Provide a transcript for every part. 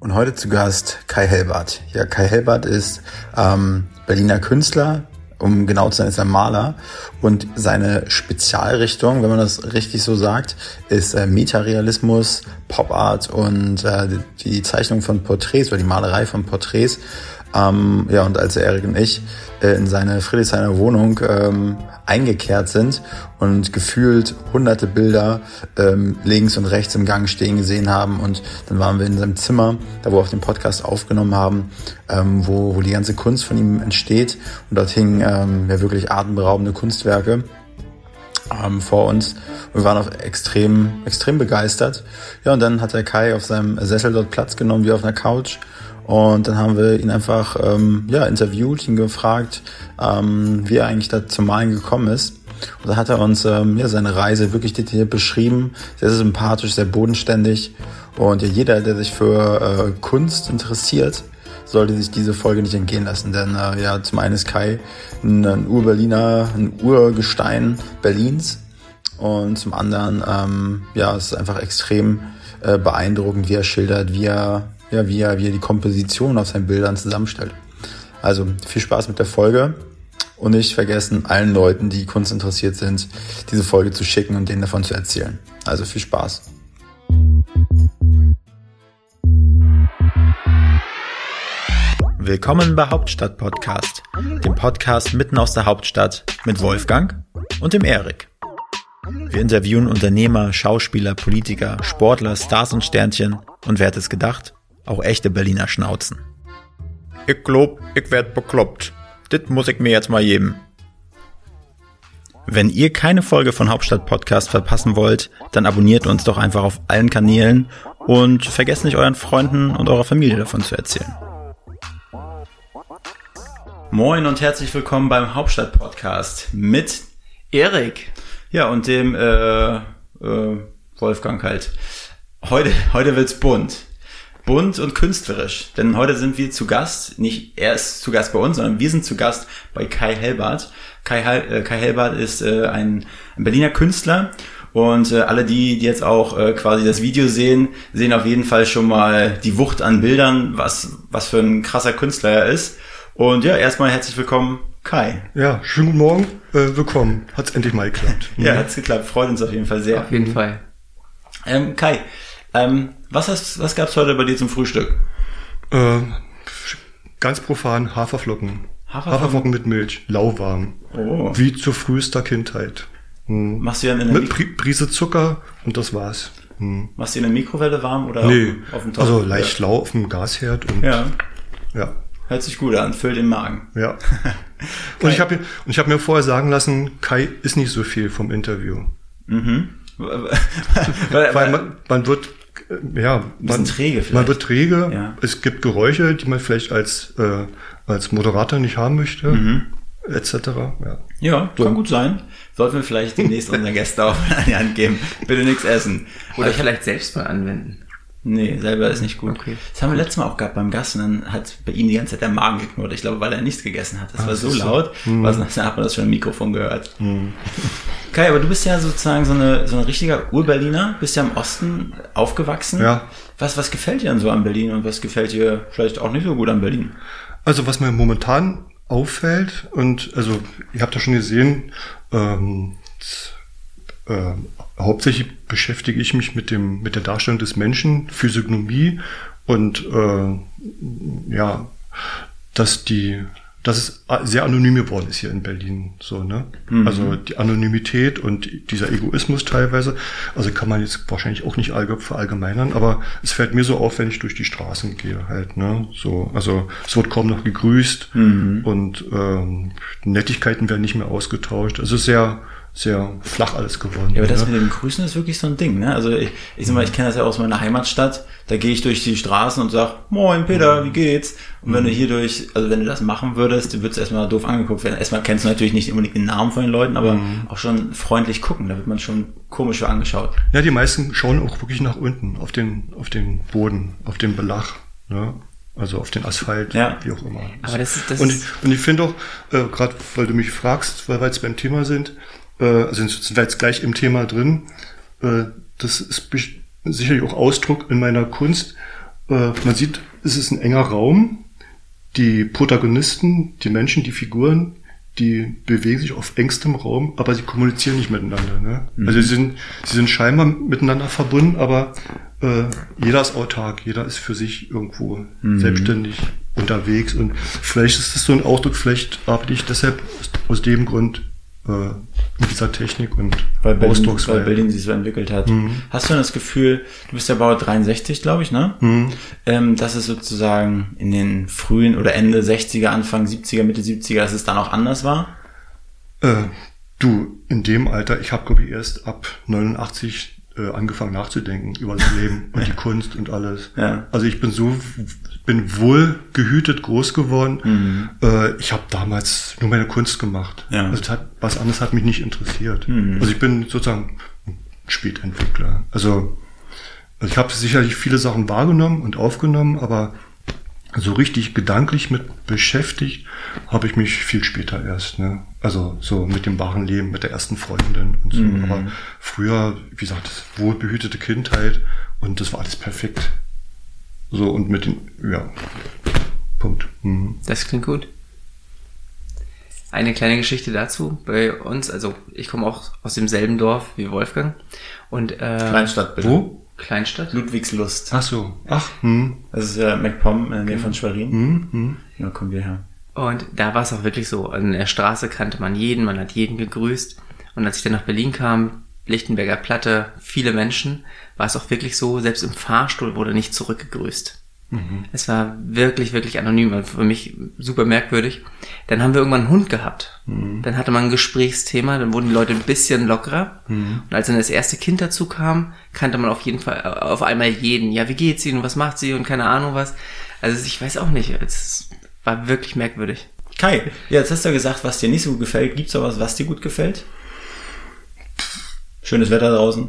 Und heute zu Gast Kai Helbart. Ja, Kai Helbart ist Berliner Künstler, um genau zu sein, ist er Maler. Und seine Spezialrichtung, wenn man das richtig so sagt, ist Metarealismus, Pop-Art und die Zeichnung von Porträts oder die Malerei von Porträts. Und als Erik und ich in seine Friedrichshainer Wohnung eingekehrt sind und gefühlt hunderte Bilder links und rechts im Gang stehen gesehen haben, und dann waren wir in seinem Zimmer, da wo wir auch den Podcast aufgenommen haben, wo die ganze Kunst von ihm entsteht, und dort hingen wirklich atemberaubende Kunstwerke vor uns. Wir waren auch extrem begeistert. Ja, und dann hat der Kai auf seinem Sessel dort Platz genommen, wie auf einer Couch. Und dann haben wir ihn einfach interviewt, ihn gefragt, wie er eigentlich da zum Malen gekommen ist. Und da hat er uns seine Reise wirklich detailliert beschrieben, sehr, sehr sympathisch, sehr bodenständig. Und jeder, der sich für Kunst interessiert, sollte sich diese Folge nicht entgehen lassen. Denn zum einen ist Kai ein Ur-Berliner, ein Urgestein Berlins. Und zum anderen es ist einfach extrem beeindruckend, wie er schildert, wie er die Komposition auf seinen Bildern zusammenstellt. Also viel Spaß mit der Folge und nicht vergessen, allen Leuten, die Kunst interessiert sind, diese Folge zu schicken und denen davon zu erzählen. Also viel Spaß. Willkommen bei Hauptstadt Podcast, dem Podcast mitten aus der Hauptstadt mit Wolfgang und dem Erik. Wir interviewen Unternehmer, Schauspieler, Politiker, Sportler, Stars und Sternchen und wer hätte es gedacht? Auch echte Berliner Schnauzen. Ich glaub, ich werd bekloppt. Das muss ich mir jetzt mal geben. Wenn ihr keine Folge von Hauptstadt Podcast verpassen wollt, dann abonniert uns doch einfach auf allen Kanälen und vergesst nicht, euren Freunden und eurer Familie davon zu erzählen. Moin und herzlich willkommen beim Hauptstadt Podcast mit Erik. Ja, und dem Wolfgang halt. Heute wird's bunt. Bunt und künstlerisch, denn heute sind wir zu Gast, nicht er ist zu Gast bei uns, sondern wir sind zu Gast bei Kai Helbart. Kai Helbart ist ein Berliner Künstler, und alle die jetzt auch quasi das Video sehen auf jeden Fall schon mal die Wucht an Bildern, was für ein krasser Künstler er ist. Und ja, erstmal herzlich willkommen, Kai. Ja, schönen guten Morgen, willkommen. Hat's endlich mal geklappt. Ja, hat's geklappt, freut uns auf jeden Fall sehr. Auf jeden Fall. Kai, was gab's heute bei dir zum Frühstück? Ganz profan Haferflocken. Haferflocken mit Milch, lauwarm. Oh. Wie zu frühester Kindheit. Machst du ja mit Prise Zucker und das war's. Machst du in der Mikrowelle warm oder auf dem Topf? Also leicht lau auf dem Gasherd und ja. Hört sich gut an, füllt den Magen. Ja. Und ich habe mir vorher sagen lassen, Kai ist nicht so viel vom Interview. Mhm. Weil man wird träge vielleicht. Man wird träge. Ja. Es gibt Geräusche, die man vielleicht als Moderator nicht haben möchte, etc. Ja, kann gut sein. Sollten wir vielleicht demnächst unseren Gästen auch an die Hand geben. Bitte nichts essen. Oder vielleicht selbst mal anwenden. Nee, selber ist nicht gut. Okay. Das haben wir letztes Mal auch gehabt beim Gast, und dann hat bei ihm die ganze Zeit der Magen geknurrt. Ich glaube, weil er nichts gegessen hat. Das war so laut, dann hat man das schon im Mikrofon gehört. Kai, aber du bist ja sozusagen so ein richtiger Ur-Berliner, bist ja im Osten aufgewachsen. Ja. Was gefällt dir denn so an Berlin und was gefällt dir vielleicht auch nicht so gut an Berlin? Also was mir momentan auffällt, und also ihr habt ja schon gesehen, hauptsächlich beschäftige ich mich mit der Darstellung des Menschen, Physiognomie und dass es sehr anonym geworden ist hier in Berlin, so, ne? Also die Anonymität und dieser Egoismus teilweise, also kann man jetzt wahrscheinlich auch nicht verallgemeinern, aber es fällt mir so auf, wenn ich durch die Straßen gehe halt, ne? So, also es wird kaum noch gegrüßt und Nettigkeiten werden nicht mehr ausgetauscht. Also sehr flach alles geworden. Ja, aber das mit dem Grüßen ist wirklich so ein Ding, ne? Also ich sag mal, ich kenne das ja aus meiner Heimatstadt. Da gehe ich durch die Straßen und sag, moin Peter, wie geht's? Und wenn du wenn du das machen würdest, du würdest erstmal doof angeguckt werden. Erstmal kennst du natürlich nicht unbedingt den Namen von den Leuten, aber auch schon freundlich gucken. Da wird man schon komisch für angeschaut. Ja, die meisten schauen auch wirklich nach unten, auf den Boden, auf den Belag, ne? Also auf den Asphalt, wie auch immer. Aber das und ich finde auch, gerade weil du mich fragst, weil wir jetzt beim Thema sind, also sind wir jetzt gleich im Thema drin, das ist sicherlich auch Ausdruck in meiner Kunst, man sieht, es ist ein enger Raum. Die Protagonisten, die Menschen, die Figuren, die bewegen sich auf engstem Raum, aber sie kommunizieren nicht miteinander. Ne? Also sie sind scheinbar miteinander verbunden, aber jeder ist autark, jeder ist für sich irgendwo selbstständig unterwegs. Und vielleicht ist das so ein Ausdruck, vielleicht arbeite ich deshalb aus dem Grund mit dieser Technik und Ausdrucksweise. Weil Berlin sich so entwickelt hat. Hast du das Gefühl, du bist ja Baujahr 63, glaube ich, ne? Dass es sozusagen in den frühen oder Ende 60er, Anfang 70er, Mitte 70er, dass es dann auch anders war? Du, in dem Alter, ich habe, glaube ich, erst ab 89 angefangen nachzudenken über das Leben und die Kunst und alles. Ja. Also ich bin wohl gehütet groß geworden. Ich habe damals nur meine Kunst gemacht. Ja. Also was anderes hat mich nicht interessiert. Also ich bin sozusagen ein Spätentwickler. Also ich habe sicherlich viele Sachen wahrgenommen und aufgenommen, aber so richtig gedanklich mit beschäftigt habe ich mich viel später erst. Ne? Also so mit dem wahren Leben, mit der ersten Freundin und so. Aber früher, wie gesagt, das wohlbehütete Kindheit und das war alles perfekt. So und mit den, ja, Punkt. Das klingt gut. Eine kleine Geschichte dazu bei uns, also ich komme auch aus demselben Dorf wie Wolfgang und Kleinstadt bitte. Wo? Kleinstadt? Ludwigslust. Ach so. Das ist ja MacPom in der Nähe von Schwerin. Ja, kommen wir her. Und da war es auch wirklich so. In der Straße kannte man jeden, man hat jeden gegrüßt. Und als ich dann nach Berlin kam, Lichtenberger Platte, viele Menschen, war es auch wirklich so, selbst im Fahrstuhl wurde nicht zurückgegrüßt. Es war wirklich, wirklich anonym und für mich super merkwürdig. Dann haben wir irgendwann einen Hund gehabt. Dann hatte man ein Gesprächsthema, dann wurden die Leute ein bisschen lockerer. Und als dann das erste Kind dazu kam, kannte man auf jeden Fall auf einmal jeden. Ja, wie geht's Ihnen und was macht sie und keine Ahnung was. Also ich weiß auch nicht, es war wirklich merkwürdig. Kai, jetzt hast du gesagt, was dir nicht so gut gefällt. Gibt's auch was dir gut gefällt? Schönes Wetter draußen.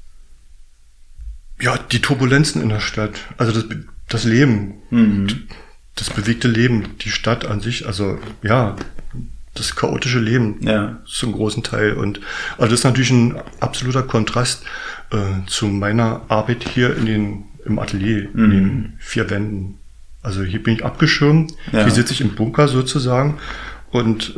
Ja, die Turbulenzen in der Stadt. Also das Leben, das bewegte Leben, die Stadt an sich, also ja, das chaotische Leben zum großen Teil. Und also das ist natürlich ein absoluter Kontrast zu meiner Arbeit hier im Atelier, in den 4 Wänden. Also hier bin ich abgeschirmt, hier sitze ich im Bunker sozusagen und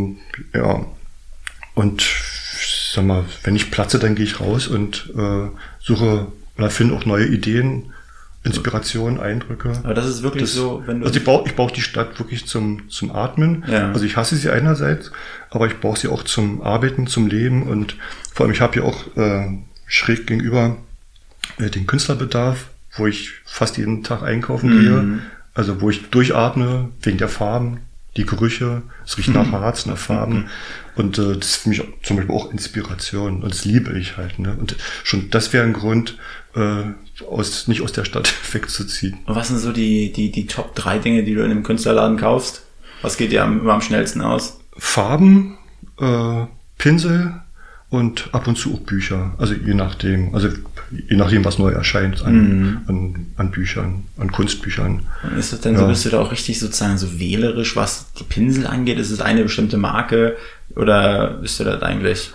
und sag mal, wenn ich platze, dann gehe ich raus und suche oder finde auch neue Ideen, Inspiration, Eindrücke. Aber das ist wirklich so, wenn du... Also ich brauche die Stadt wirklich zum Atmen. Ja. Also ich hasse sie einerseits, aber ich brauche sie auch zum Arbeiten, zum Leben und vor allem ich habe hier auch schräg gegenüber den Künstlerbedarf, wo ich fast jeden Tag einkaufen gehe. Also wo ich durchatme, wegen der Farben, die Gerüche, es riecht nach Harz, nach Farben. Und das ist für mich zum Beispiel auch Inspiration. Und das liebe ich halt. Ne? Und schon das wäre ein Grund, nicht aus der Stadt wegzuziehen. Und was sind so die Top 3 Dinge, die du in einem Künstlerladen kaufst? Was geht dir immer am schnellsten aus? Farben, Pinsel und ab und zu auch Bücher. Also je nachdem, was neu erscheint an Büchern, an Kunstbüchern. Und ist das denn so, bist du da auch richtig sozusagen so wählerisch, was die Pinsel angeht? Ist es eine bestimmte Marke oder bist du das eigentlich?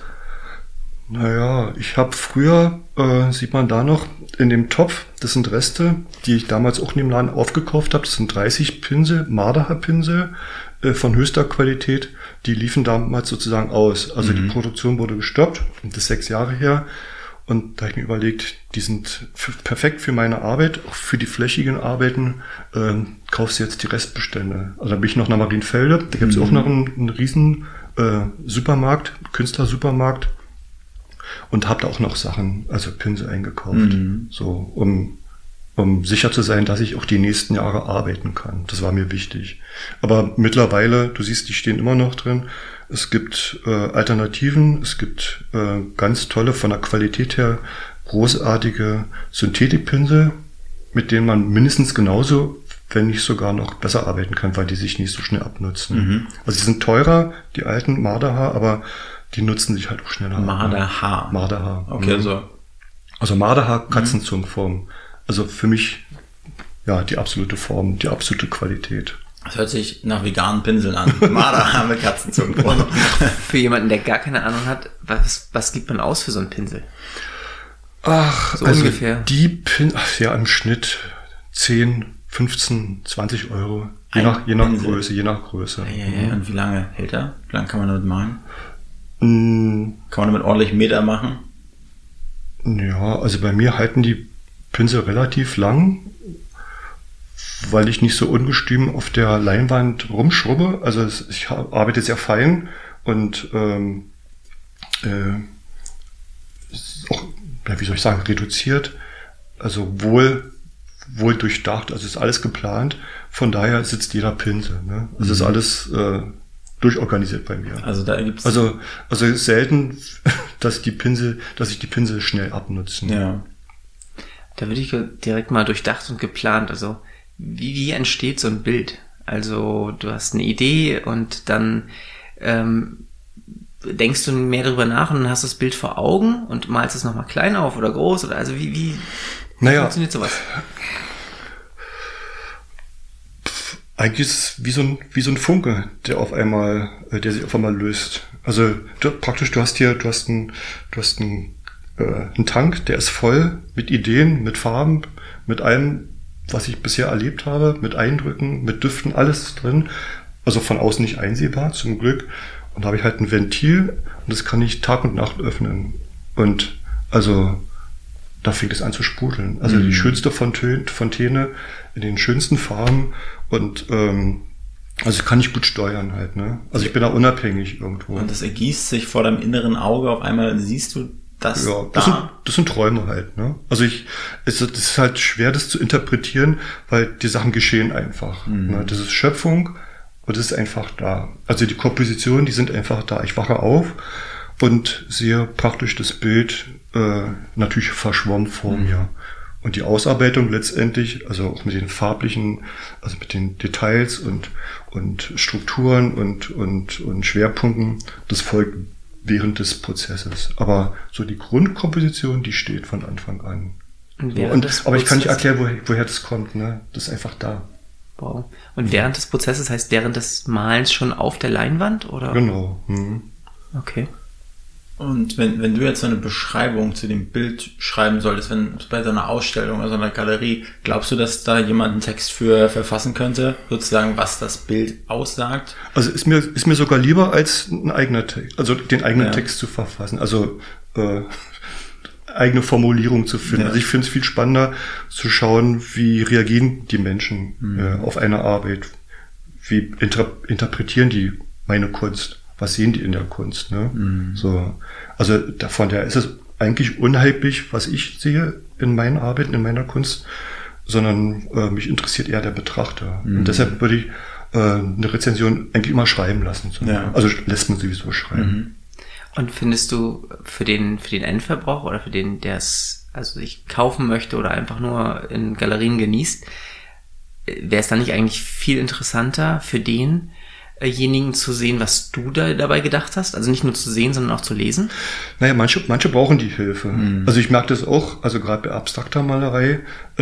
Naja, ich habe früher, sieht man da noch, in dem Topf, das sind Reste, die ich damals auch in dem Laden aufgekauft habe, das sind 30 Pinsel, Marder-Pinsel von höchster Qualität, die liefen damals sozusagen aus. Also die Produktion wurde gestoppt, das ist 6 Jahre her. Und da habe ich mir überlegt, die sind perfekt für meine Arbeit, auch für die flächigen Arbeiten, kaufst du jetzt die Restbestände. Also da bin ich noch nach Marienfelde, da gibt es auch noch einen riesen Supermarkt, Künstlersupermarkt und habe da auch noch Sachen, also Pinsel eingekauft, so um sicher zu sein, dass ich auch die nächsten Jahre arbeiten kann. Das war mir wichtig. Aber mittlerweile, du siehst, die stehen immer noch drin. Es gibt Alternativen, es gibt ganz tolle, von der Qualität her großartige Synthetikpinsel, mit denen man mindestens genauso, wenn nicht sogar noch besser arbeiten kann, weil die sich nicht so schnell abnutzen. Also die sind teurer, die alten Marderhaar, aber die nutzen sich halt auch schneller. Marderhaar. Marderhaar. Okay, Also Marderhaar, Katzenzungenform. Also für mich, ja, die absolute Form, die absolute Qualität. Das hört sich nach veganen Pinseln an. Marderhaar mit Katzenzungenform. Für jemanden, der gar keine Ahnung hat, was gibt man aus für so einen Pinsel? Ach, so also ungefähr. im Schnitt 10, 15, 20 Euro. Je Ein nach Pinsel. Größe, je nach Größe. Ja. Und wie lange hält er? Wie lange kann man damit malen? Mm, Kann man damit ordentlich Meter machen? Ja, also bei mir halten die Pinsel relativ lang, weil ich nicht so ungestüm auf der Leinwand rumschrubbe. Also ich arbeite sehr fein und ist auch, ja, wie soll ich sagen, reduziert. Also wohl durchdacht. Also ist alles geplant. Von daher sitzt jeder Pinsel. Ne? Also ist alles durchorganisiert bei mir. Also da gibt's Also ist selten, dass ich die Pinsel schnell abnutzen. ja. Da würde ich direkt mal durchdacht und geplant. Also wie entsteht so ein Bild? Also du hast eine Idee und dann denkst du mehr darüber nach und dann hast du das Bild vor Augen und malst es nochmal klein auf oder groß oder also wie funktioniert sowas? Eigentlich ist es wie so ein Funke, der sich auf einmal löst. Also du hast einen Tank, der ist voll mit Ideen, mit Farben, mit allem, was ich bisher erlebt habe, mit Eindrücken, mit Düften, alles drin. Also von außen nicht einsehbar, zum Glück. Und da habe ich halt ein Ventil und das kann ich Tag und Nacht öffnen. Und also da fängt es an zu sprudeln. Also die schönste Fontäne in den schönsten Farben und also kann ich gut steuern halt, ne? Also ich bin da unabhängig irgendwo. Und das ergießt sich vor deinem inneren Auge, auf einmal siehst du das Ja, da. das sind Träume halt, ne? Also es ist halt schwer, das zu interpretieren, weil die Sachen geschehen einfach. Ne? Das ist Schöpfung und es ist einfach da. Also die Kompositionen, die sind einfach da. Ich wache auf und sehe praktisch das Bild natürlich verschwommen vor mir. Und die Ausarbeitung letztendlich, also auch mit den farblichen, also mit den Details und Strukturen und Schwerpunkten, das folgt während des Prozesses. Aber so die Grundkomposition, die steht von Anfang an. Aber ich kann nicht erklären, woher das kommt, ne? Das ist einfach da. Wow. Und während des Prozesses heißt während des Malens schon auf der Leinwand oder? Genau. Okay. Und wenn du jetzt so eine Beschreibung zu dem Bild schreiben solltest, wenn bei so einer Ausstellung oder so einer Galerie, glaubst du, dass da jemand einen Text für verfassen könnte, sozusagen, was das Bild aussagt? Also ist mir sogar lieber als ein eigener Text, also den eigenen Text zu verfassen, also eigene Formulierung zu finden. Ja. Also ich finde es viel spannender zu schauen, wie reagieren die Menschen auf eine Arbeit, wie interpretieren die meine Kunst. Was sehen die in der Kunst? Ne? So, also von daher ist es eigentlich unheimlich, was ich sehe in meinen Arbeiten, in meiner Kunst, sondern mich interessiert eher der Betrachter. Und deshalb würde ich eine Rezension eigentlich immer schreiben lassen. So. Ja. Also lässt man sowieso schreiben. Und findest du für den Endverbraucher oder für den, der es also sich kaufen möchte oder einfach nur in Galerien genießt, wäre es dann nicht eigentlich viel interessanter für denjenigen zu sehen, was du da dabei gedacht hast? Also nicht nur zu sehen, sondern auch zu lesen? Naja, manche brauchen die Hilfe. Also ich merke das auch, also gerade bei abstrakter Malerei,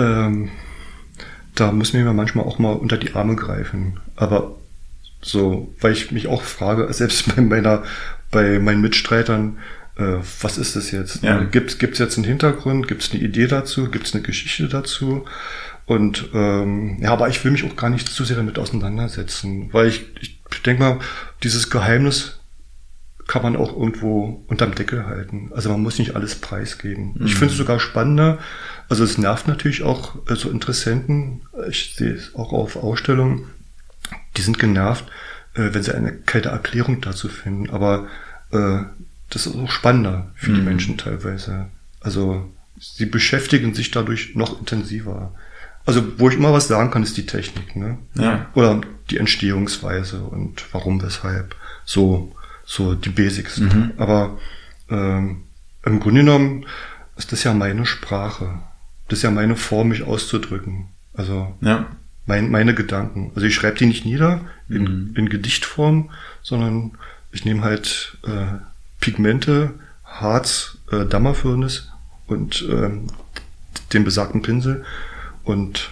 da müssen wir manchmal auch mal unter die Arme greifen. Aber so, weil ich mich auch frage, selbst bei meinen Mitstreitern, was ist das jetzt? Ja. Gibt's jetzt einen Hintergrund? Gibt's eine Idee dazu? Gibt's eine Geschichte dazu? Und aber ich will mich auch gar nicht zu sehr damit auseinandersetzen, weil ich denke mal, dieses Geheimnis kann man auch irgendwo unterm Deckel halten. Also man muss nicht alles preisgeben. Ich finde es sogar spannender. Also es nervt natürlich auch so Interessenten. Ich sehe es auch auf Ausstellungen. Die sind genervt, wenn sie keine Erklärung dazu finden. Aber das ist auch spannender für die Menschen teilweise. Also sie beschäftigen sich dadurch noch intensiver. Also wo ich immer was sagen kann, ist die Technik, ne? Ja. Oder die Entstehungsweise und warum, weshalb. So die Basics. Aber im Grunde genommen ist das ja meine Sprache. Das ist ja meine Form, mich auszudrücken. Also meine Gedanken. Also ich schreibe die nicht nieder in Gedichtform, sondern ich nehme halt Pigmente, Harz, Dammerfirnis und den besagten Pinsel und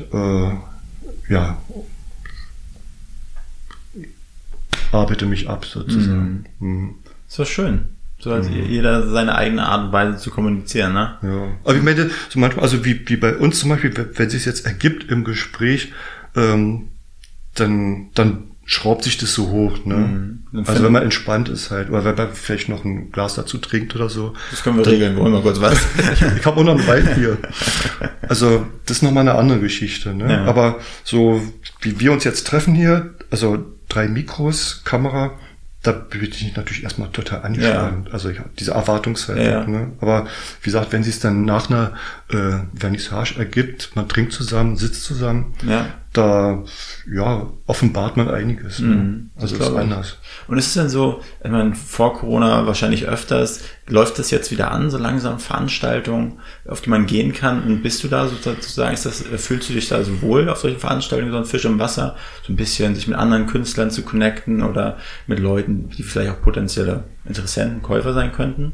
arbeite mich ab sozusagen. Ist doch schön. So hat jeder seine eigene Art und Weise zu kommunizieren, ne? Ja. Aber ich meine, so manchmal, also wie bei uns zum Beispiel, wenn es sich jetzt ergibt im Gespräch, dann schraubt sich das so hoch, ne? Also wenn man entspannt ist halt, oder wenn man vielleicht noch ein Glas dazu trinkt oder so. Das können wir regeln, wollen wir kurz was. Ich habe auch noch ein Waldbier. Also das ist nochmal eine andere Geschichte, ne? Ja. Aber so wie wir uns jetzt treffen hier, also 3 Mikros, Kamera, da bin ich natürlich erstmal total angespannt. Also ich habe diese Erwartungshaltung. Ne? Aber wie gesagt, wenn es dann nach einer Vernissage ergibt, man trinkt zusammen, sitzt zusammen, da offenbart man einiges. Ne? Also ist anders. Und ist es denn so, ich meine, vor Corona wahrscheinlich öfters, läuft das jetzt wieder an, so langsam Veranstaltungen, auf die man gehen kann? Und bist du da sozusagen, fühlst du dich da so wohl auf solchen Veranstaltungen, so ein Fisch im Wasser, so ein bisschen sich mit anderen Künstlern zu connecten oder mit Leuten, die vielleicht auch potenzielle Interessenten, Käufer sein könnten?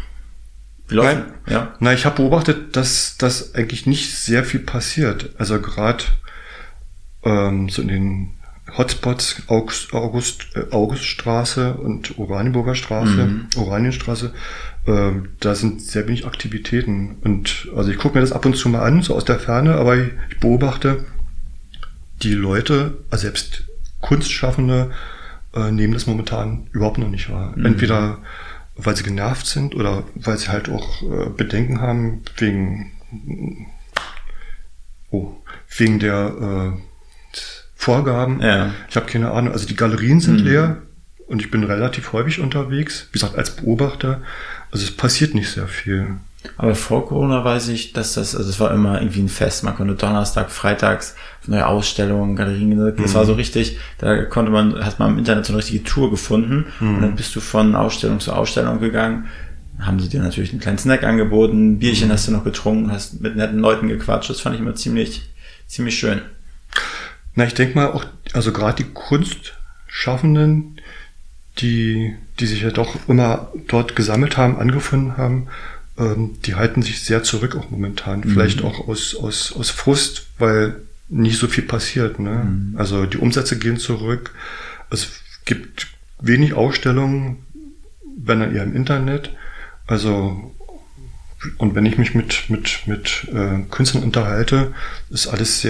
Nein, ich habe beobachtet, dass das eigentlich nicht sehr viel passiert. Also gerade so in den Hotspots Auguststraße und Oranienburger Straße, Oranienstraße, da sind sehr wenig Aktivitäten. Und also ich gucke mir das ab und zu mal an, so aus der Ferne, aber ich beobachte, die Leute, also selbst Kunstschaffende, nehmen das momentan überhaupt noch nicht wahr. Entweder weil sie genervt sind oder weil sie halt auch Bedenken haben wegen der Vorgaben. Ja. Ich habe keine Ahnung. Also die Galerien sind leer und ich bin relativ häufig unterwegs. Wie gesagt, als Beobachter. Also es passiert nicht sehr viel. Aber vor Corona weiß ich, dass es war immer irgendwie ein Fest. Man konnte Donnerstag, freitags neue Ausstellungen, Galerien. Das war so richtig, hat man im Internet so eine richtige Tour gefunden. Und dann bist du von Ausstellung zu Ausstellung gegangen. Haben sie dir natürlich einen kleinen Snack angeboten, Bierchen hast du noch getrunken, hast mit netten Leuten gequatscht. Das fand ich immer ziemlich schön. Na, ich denke mal auch, also gerade die Kunstschaffenden, die sich ja doch immer dort gesammelt haben, angefunden haben, die halten sich sehr zurück auch momentan. Vielleicht auch aus Frust, weil nicht so viel passiert. Ne? Also die Umsätze gehen zurück. Es gibt wenig Ausstellungen, wenn dann eher im Internet. Also und wenn ich mich mit Künstlern unterhalte, ist alles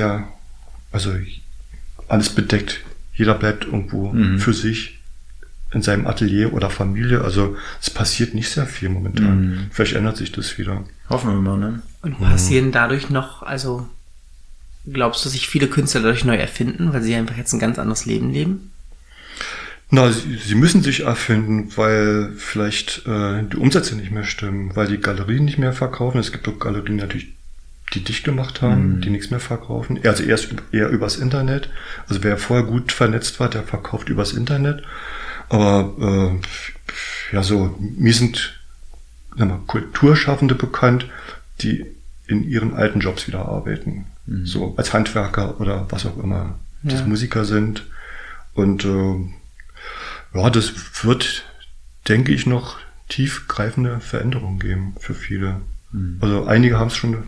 alles bedeckt. Jeder bleibt irgendwo für sich in seinem Atelier oder Familie. Also es passiert nicht sehr viel momentan. Vielleicht ändert sich das wieder. Hoffen wir mal, ne? Und passieren dadurch noch, also glaubst du, sich viele Künstler dadurch neu erfinden, weil sie einfach jetzt ein ganz anderes Leben leben? Na, sie müssen sich erfinden, weil vielleicht die Umsätze nicht mehr stimmen, weil die Galerien nicht mehr verkaufen. Es gibt auch Galerien natürlich, die dicht gemacht haben, die nichts mehr verkaufen. Also eher übers Internet. Also wer vorher gut vernetzt war, der verkauft übers Internet. Aber mir sind Kulturschaffende bekannt, die in ihren alten Jobs wieder arbeiten. So als Handwerker oder was auch immer. Das Musiker sind. Und das wird, denke ich, noch tiefgreifende Veränderungen geben für viele. Also einige haben es schon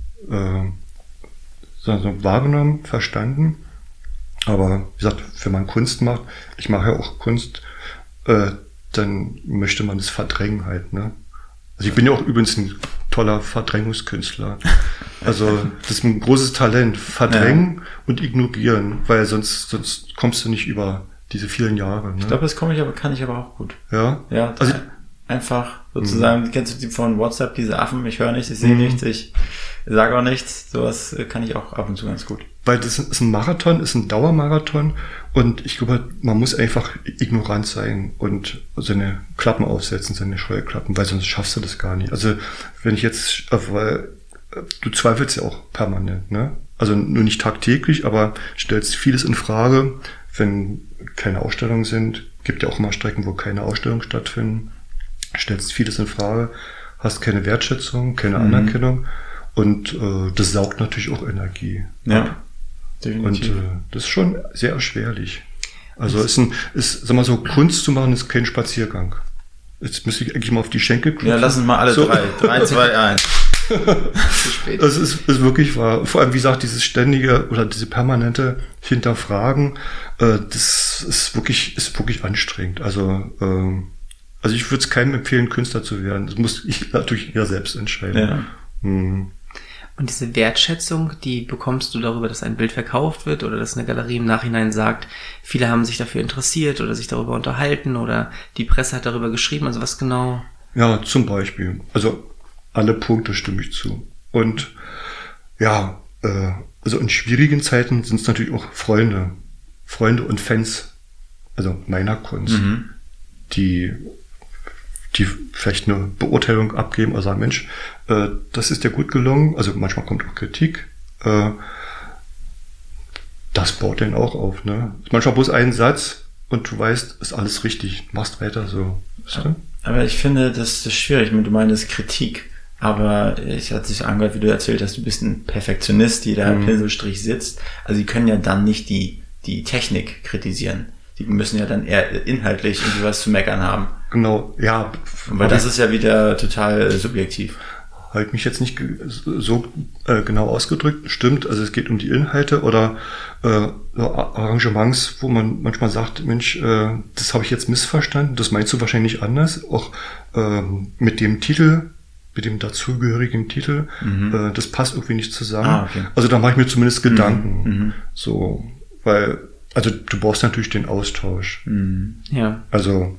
wahrgenommen, verstanden. Aber wie gesagt, wenn man Kunst macht, ich mache ja auch Kunst, dann möchte man es verdrängen halt. Ne? Also ich bin ja auch übrigens ein toller Verdrängungskünstler. Also das ist ein großes Talent, verdrängen und ignorieren, weil sonst kommst du nicht über diese vielen Jahre. Ne? Ich glaube, das kann ich aber auch gut. Ja? Ja, also einfach sozusagen, kennst du die von WhatsApp, diese Affen, ich höre nichts, ich sehe nichts, ich sage auch nichts, sowas kann ich auch ab und zu ganz gut. Weil das ist ein Marathon, ist ein Dauermarathon und ich glaube, man muss einfach ignorant sein und seine Klappen aufsetzen, seine Scheuklappen, weil sonst schaffst du das gar nicht. Also wenn ich jetzt, weil du zweifelst ja auch permanent, ne? Also nur nicht tagtäglich, aber stellst vieles in Frage, wenn keine Ausstellungen sind, gibt ja auch immer Strecken, wo keine Ausstellungen stattfinden, stellst vieles in Frage, hast keine Wertschätzung, keine Anerkennung und das saugt natürlich auch Energie ab. Definitiv. Und das ist schon sehr erschwerlich. Also sag mal so, Kunst zu machen ist kein Spaziergang. Jetzt müsste ich eigentlich mal auf die Schenkel klopfen. Ja, lass uns mal alle drei. 3, 2, 1. Das ist wirklich wahr. Vor allem, wie gesagt, dieses ständige oder diese permanente Hinterfragen, das ist wirklich anstrengend. Also Also ich würde es keinem empfehlen, Künstler zu werden. Das muss ich natürlich eher selbst entscheiden. Ja. Mhm. Und diese Wertschätzung, die bekommst du darüber, dass ein Bild verkauft wird oder dass eine Galerie im Nachhinein sagt, viele haben sich dafür interessiert oder sich darüber unterhalten oder die Presse hat darüber geschrieben, also was genau? Ja, zum Beispiel. Also alle Punkte stimme ich zu. Und ja, also in schwierigen Zeiten sind es natürlich auch Freunde und Fans, also meiner Kunst, die vielleicht eine Beurteilung abgeben oder sagen, Mensch, das ist dir gut gelungen. Also manchmal kommt auch Kritik. Das baut den auch auf. Ne? Manchmal bloß ein Satz und du weißt, ist alles richtig. Machst weiter so. Weißt du? Aber ich finde, das ist schwierig. Du meinst Kritik. Aber es hat sich angehört, wie du erzählt hast, du bist ein Perfektionist, jeder Pinselstrich sitzt. Also die können ja dann nicht die Technik kritisieren. Die müssen ja dann eher inhaltlich irgendwie was zu meckern haben. Genau, ja. Weil das ist ja wieder total subjektiv. Habe ich mich jetzt nicht so genau ausgedrückt. Stimmt, also es geht um die Inhalte oder so Arrangements, wo man manchmal sagt, Mensch, das habe ich jetzt missverstanden, das meinst du wahrscheinlich anders. Auch mit dem Titel, mit dem dazugehörigen Titel, das passt irgendwie nicht zusammen. Okay. Also da mache ich mir zumindest Gedanken. So, weil, also du brauchst natürlich den Austausch. Ja. Also,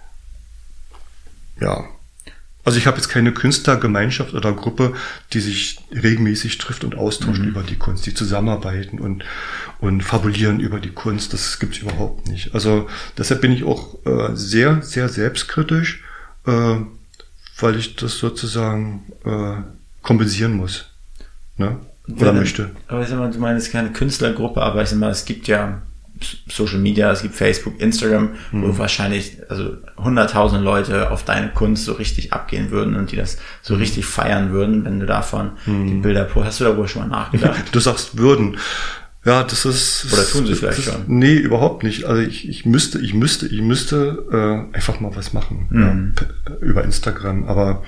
ja. Also ich habe jetzt keine Künstlergemeinschaft oder Gruppe, die sich regelmäßig trifft und austauscht über die Kunst, die zusammenarbeiten und fabulieren über die Kunst. Das gibt's überhaupt nicht. Also deshalb bin ich auch sehr, sehr selbstkritisch, weil ich das sozusagen kompensieren muss. Ne? Oder möchte. Aber ich sag mal, du meinst keine Künstlergruppe, aber ich sag mal, es gibt ja Social Media, es gibt Facebook, Instagram, wo wahrscheinlich also 100.000 Leute auf deine Kunst so richtig abgehen würden und die das so richtig feiern würden, wenn du davon die Bilder hast du darüber schon mal nachgedacht? Du sagst würden. Ja, das ist... Oder tun sie vielleicht schon? Nee, überhaupt nicht. Also ich müsste einfach mal was machen über Instagram, aber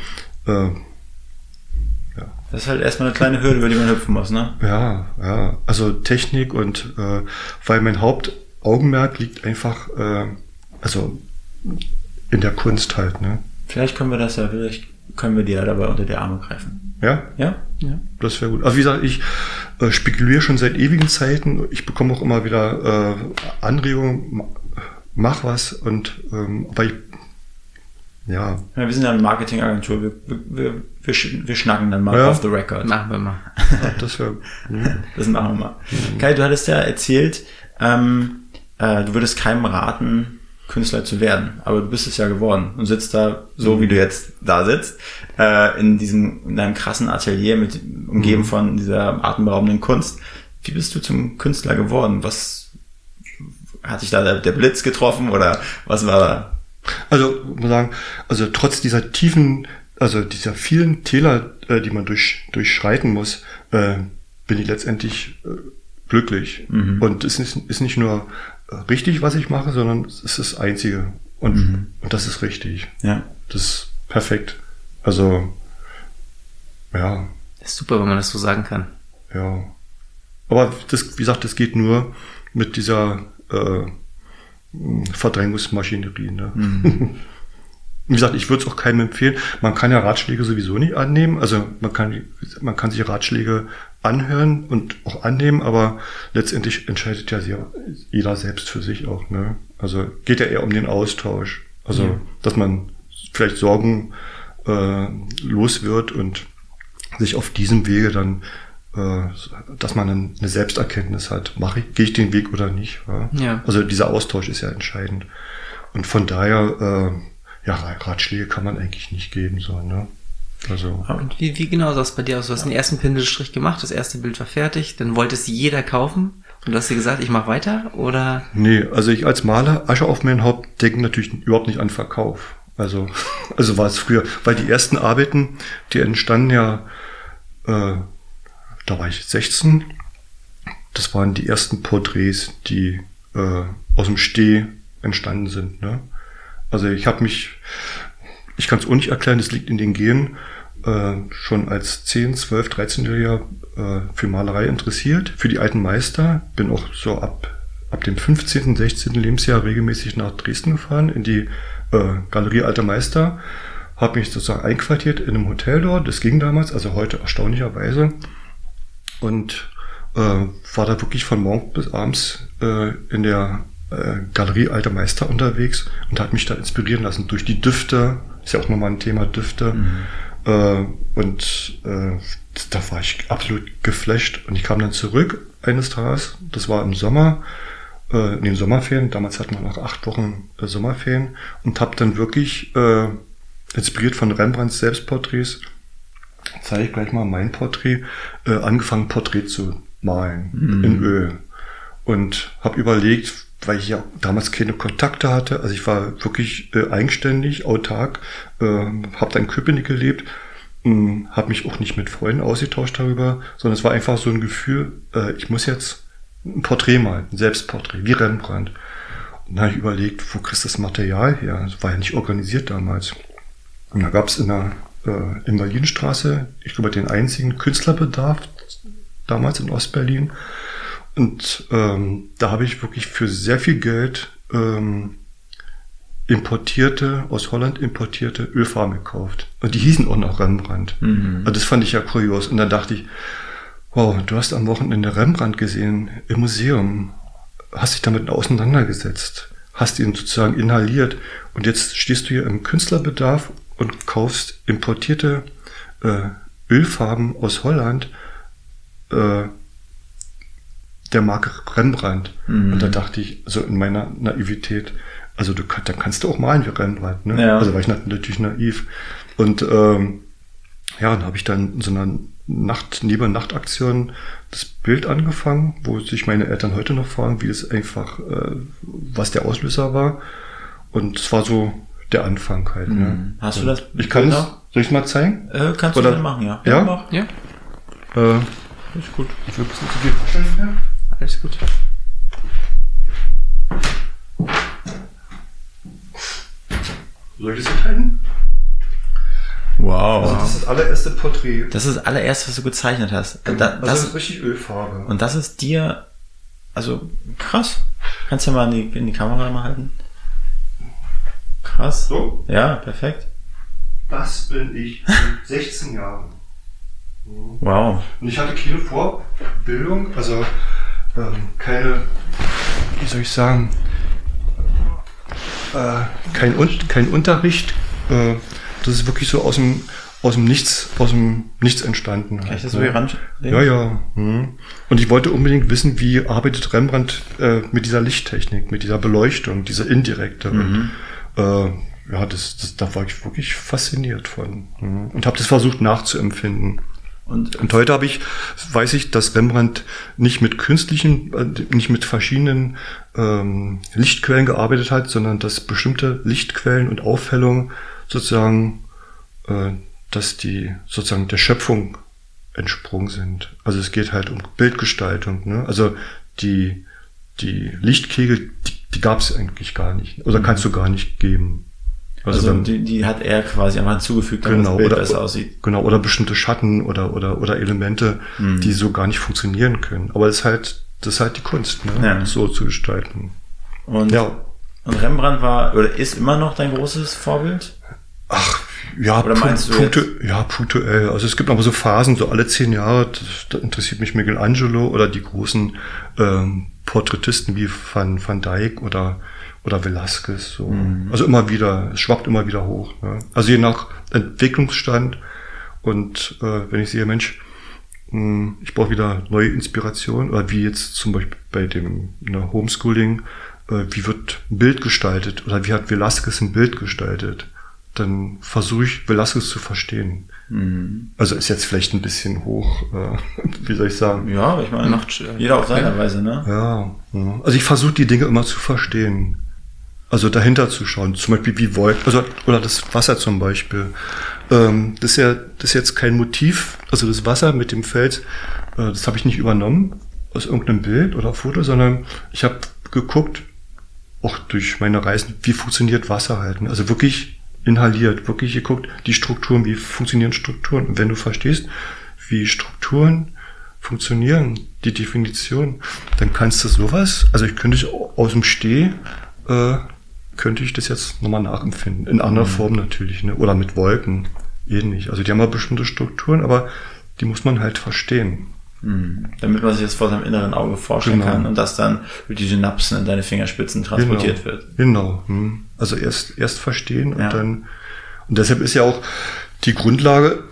ja. Das ist halt erstmal eine kleine Hürde, über die man hüpfen muss, ne? Ja. Also Technik und weil mein Hauptaugenmerk liegt einfach also in der Kunst halt, ne? Vielleicht können wir dir dabei unter die Arme greifen. Ja? Ja? Das wäre gut. Also wie gesagt, ich spekuliere schon seit ewigen Zeiten. Ich bekomme auch immer wieder Anregungen, mach was und aber ich ja, wir sind ja eine Marketingagentur. Wir schnacken dann mal off the record. Machen wir mal. Ja, das machen wir mal. Kai, du hattest ja erzählt, du würdest keinem raten, Künstler zu werden. Aber du bist es ja geworden und sitzt da, so wie du jetzt da sitzt, in deinem krassen Atelier umgeben von dieser atemberaubenden Kunst. Wie bist du zum Künstler geworden? Was hat dich da der Blitz getroffen oder was war da? Also, muss sagen, also trotz dieser dieser vielen Täler, die man durchschreiten muss, bin ich letztendlich glücklich. Und es ist nicht nur richtig, was ich mache, sondern es ist das Einzige. Und das ist richtig. Ja. Das ist perfekt. Also, ja. Das ist super, wenn man das so sagen kann. Ja. Aber wie gesagt, das geht nur mit dieser Verdrängungsmaschinerie. Ne? Wie gesagt, ich würde es auch keinem empfehlen. Man kann ja Ratschläge sowieso nicht annehmen. Also man kann sich Ratschläge anhören und auch annehmen, aber letztendlich entscheidet ja jeder selbst für sich auch. Ne? Also geht ja eher um den Austausch. Also dass man vielleicht Sorgen los wird und sich auf diesem Wege dann dass man eine Selbsterkenntnis hat. Gehe ich den Weg oder nicht? Ja? Also dieser Austausch ist ja entscheidend. Und von daher, Ratschläge kann man eigentlich nicht geben. So, ne? Also. Und wie genau sah es bei dir aus? Du hast den ersten Pinselstrich gemacht, das erste Bild war fertig, dann wollte es jeder kaufen und du hast dir gesagt, ich mache weiter? Oder? Nee, also ich als Maler, Asche auf mein Haupt, denke natürlich überhaupt nicht an Verkauf. Also war es früher, weil die ersten Arbeiten, die entstanden ja da war ich 16. Das waren die ersten Porträts, die aus dem Steh entstanden sind. Ne? Also ich kann es auch nicht erklären, das liegt in den Genen, schon als 10, 12, 13-Jähriger für Malerei interessiert, für die alten Meister. Bin auch so ab dem 15., 16. Lebensjahr regelmäßig nach Dresden gefahren, in die Galerie Alter Meister, habe mich sozusagen einquartiert in einem Hotel dort, das ging damals, also heute erstaunlicherweise, und war da wirklich von morgens bis abends in der Galerie Alter Meister unterwegs und hat mich da inspirieren lassen durch die Düfte, ist ja auch nochmal ein Thema Düfte, und da war ich absolut geflasht und ich kam dann zurück eines Tages, das war im Sommer, in den Sommerferien, damals hatten wir noch 8 Wochen Sommerferien, und habe dann wirklich inspiriert von Rembrandts Selbstporträts, zeige ich gleich mal mein Porträt, angefangen Porträt zu malen in Öl und habe überlegt, weil ich ja damals keine Kontakte hatte, also ich war wirklich eigenständig, autark, habe da in Köpenick gelebt, habe mich auch nicht mit Freunden ausgetauscht darüber, sondern es war einfach so ein Gefühl, ich muss jetzt ein Porträt malen, ein Selbstporträt, wie Rembrandt. Und dann habe ich überlegt, wo kriegst du das Material her? Das war ja nicht organisiert damals. Und da gab es in der Invalidenstraße, ich glaube, den einzigen Künstlerbedarf damals in Ostberlin. Und da habe ich wirklich für sehr viel Geld aus Holland importierte Ölfarben gekauft. Und die hießen auch noch Rembrandt. Also das fand ich ja kurios. Und dann dachte ich, wow, du hast am Wochenende Rembrandt gesehen im Museum, hast dich damit auseinandergesetzt, hast ihn sozusagen inhaliert und jetzt stehst du hier im Künstlerbedarf und kaufst importierte Ölfarben aus Holland, der Marke Rembrandt. Und da dachte ich, so in meiner Naivität, also dann kannst du auch malen wie Rembrandt, ne? Ja. Also war ich natürlich naiv. Und dann habe ich dann in so einer Nachtaktion das Bild angefangen, wo sich meine Eltern heute noch fragen, wie es einfach, was der Auslöser war. Und es war so der Anfang halt. Ne? Hast du das? Ich kann es, soll ich es mal zeigen? Kannst du dann machen, ja. Ja? Mach. Ja, Ist gut. Ich will ein bisschen zu viel vorstellen. Ja? alles gut. Soll ich das hier halten? Wow. Also das ist das allererste Porträt. Das ist das allererste, was du gezeichnet hast. Das ist richtig Ölfarbe. Und das ist dir, also krass. Kannst du ja mal in die Kamera mal halten. Krass. So? Ja, perfekt. Das bin ich mit 16 Jahren. Wow. Und ich hatte keine Vorbildung, also keine, wie soll ich sagen, kein Unterricht. Das ist wirklich so aus dem Nichts entstanden. Kann ich das so hier ran? Ja. Und ich wollte unbedingt wissen, wie arbeitet Rembrandt mit dieser Lichttechnik, mit dieser Beleuchtung, dieser indirekte. Und, da war ich wirklich fasziniert von. Und habe das versucht nachzuempfinden. Und heute weiß ich, dass Rembrandt nicht mit verschiedenen Lichtquellen gearbeitet hat, sondern dass bestimmte Lichtquellen und Aufhellungen sozusagen, dass die sozusagen der Schöpfung entsprungen sind. Also es geht halt um Bildgestaltung. Ne? Also die Lichtkegel, die gab es eigentlich gar nicht. Oder kannst du gar nicht geben. Also die hat er quasi einfach hinzugefügt, damit das Bild besser aussieht. Genau, oder bestimmte Schatten oder Elemente, die so gar nicht funktionieren können. Aber das ist halt die Kunst, ne? Ja. So zu gestalten. Und Rembrandt war oder ist immer noch dein großes Vorbild? Ach, ja, oder meinst du punktuell. Also es gibt aber so Phasen, so alle 10 Jahre, da interessiert mich Michelangelo oder die großen Porträtisten wie Van Dyck oder Velázquez. So. Also immer wieder, es schwappt immer wieder hoch. Ne? Also je nach Entwicklungsstand und wenn ich sehe, Mensch, ich brauche wieder neue Inspiration, oder wie jetzt zum Beispiel bei dem Homeschooling, wie wird ein Bild gestaltet oder wie hat Velázquez ein Bild gestaltet? Dann versuche ich, Velázquez zu verstehen. Also ist jetzt vielleicht ein bisschen hoch, wie soll ich sagen? Ja, ich meine, jeder auf seine Weise, ne? Ja. Also ich versuche die Dinge immer zu verstehen. Also dahinter zu schauen. Zum Beispiel wie Wolken, oder das Wasser zum Beispiel. Das ist jetzt kein Motiv, also das Wasser mit dem Fels, das habe ich nicht übernommen aus irgendeinem Bild oder Foto, sondern ich habe geguckt, auch durch meine Reisen, wie funktioniert Wasser halt. Also wirklich inhaliert, wirklich geguckt, die Strukturen, wie funktionieren Strukturen. Und wenn du verstehst, wie Strukturen funktionieren, die Definition, dann kannst du sowas, also ich könnte aus dem Steh könnte ich das jetzt nochmal nachempfinden. In anderer Form natürlich, ne? Oder mit Wolken, ähnlich. Also die haben ja bestimmte Strukturen, aber die muss man halt verstehen. Damit man sich das vor seinem inneren Auge vorstellen kann und das dann durch die Synapsen in deine Fingerspitzen transportiert wird. Genau. Also erst verstehen und dann, und deshalb ist ja auch die Grundlage,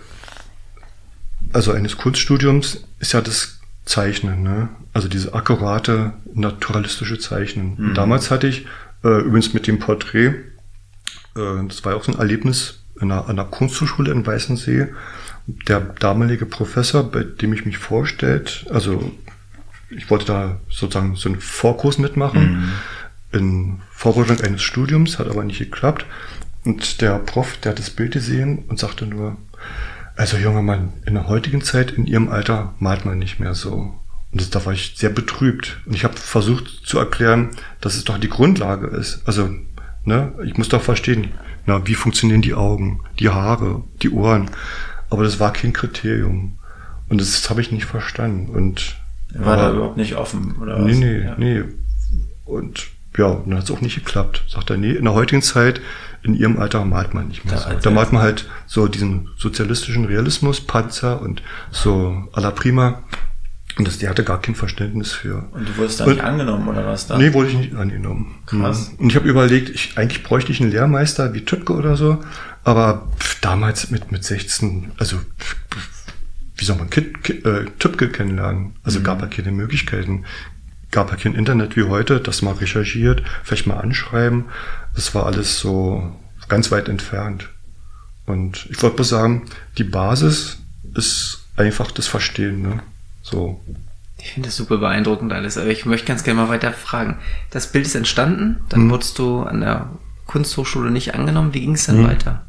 also eines Kunststudiums, ist ja das Zeichnen, ne? Also diese akkurate, naturalistische Zeichnen. Und damals hatte ich, übrigens mit dem Porträt, das war ja auch so ein Erlebnis an einer Kunsthochschule in Weißensee. Der damalige Professor, bei dem ich mich vorstellt, also ich wollte da sozusagen so einen Vorkurs mitmachen, in Vorbereitung eines Studiums, hat aber nicht geklappt. Und der Prof, der hat das Bild gesehen und sagte nur, also junger Mann, in der heutigen Zeit, in Ihrem Alter, malt man nicht mehr so. Und da war ich sehr betrübt. Und ich habe versucht zu erklären, dass es doch die Grundlage ist. Also, ne, ich muss doch verstehen, na, wie funktionieren die Augen, die Haare, die Ohren. Aber das war kein Kriterium. Und das habe ich nicht verstanden. Und war da überhaupt nicht offen, oder was? Nee. Und ja, dann hat es auch nicht geklappt. Sagt er, nee, in der heutigen Zeit, in Ihrem Alter malt man nicht mehr so. Da malt man halt so diesen sozialistischen Realismus, Panzer und so à la prima. Und der hatte gar kein Verständnis für. Und du wurdest da nicht angenommen, oder was da? Nee, wurde ich nicht angenommen. Krass. Und ich habe überlegt, eigentlich bräuchte ich einen Lehrmeister wie Tübke oder so, aber damals mit 16, also wie soll man Tübke kennenlernen? Also gab ja keine Möglichkeiten. Gab ja kein Internet wie heute, das mal recherchiert, vielleicht mal anschreiben. Das war alles so ganz weit entfernt. Und ich wollte mal sagen, die Basis ist einfach das Verstehen, ne? So. Ich finde das super beeindruckend alles, aber ich möchte ganz gerne mal weiter fragen. Das Bild ist entstanden, dann wurdest du an der Kunsthochschule nicht angenommen. Wie ging es dann weiter?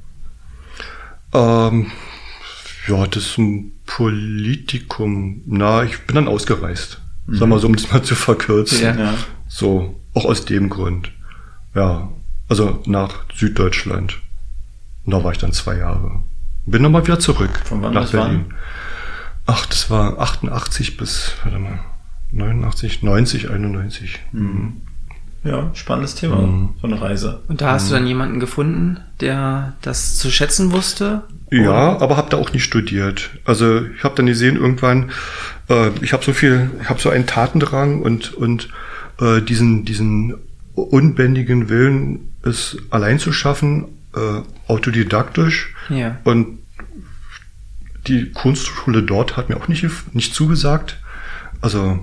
Ja, das ist ein Politikum. Ich bin dann ausgereist. Sag mal so, um das mal zu verkürzen. Ja. So, auch aus dem Grund. Ja, also nach Süddeutschland. Und da war ich dann 2 Jahre. Bin nochmal wieder zurück. Von wann nach bis Berlin. wann? Ach, das war 88 bis, 89, 90, 91. Ja, spannendes Thema, so eine Reise. Und da hast du dann jemanden gefunden, der das zu schätzen wusste? Ja, aber habe da auch nicht studiert. Also ich habe dann gesehen irgendwann, ich habe so einen Tatendrang und diesen unbändigen Willen, es allein zu schaffen, autodidaktisch. Ja. Und die Kunstschule dort hat mir auch nicht zugesagt. Also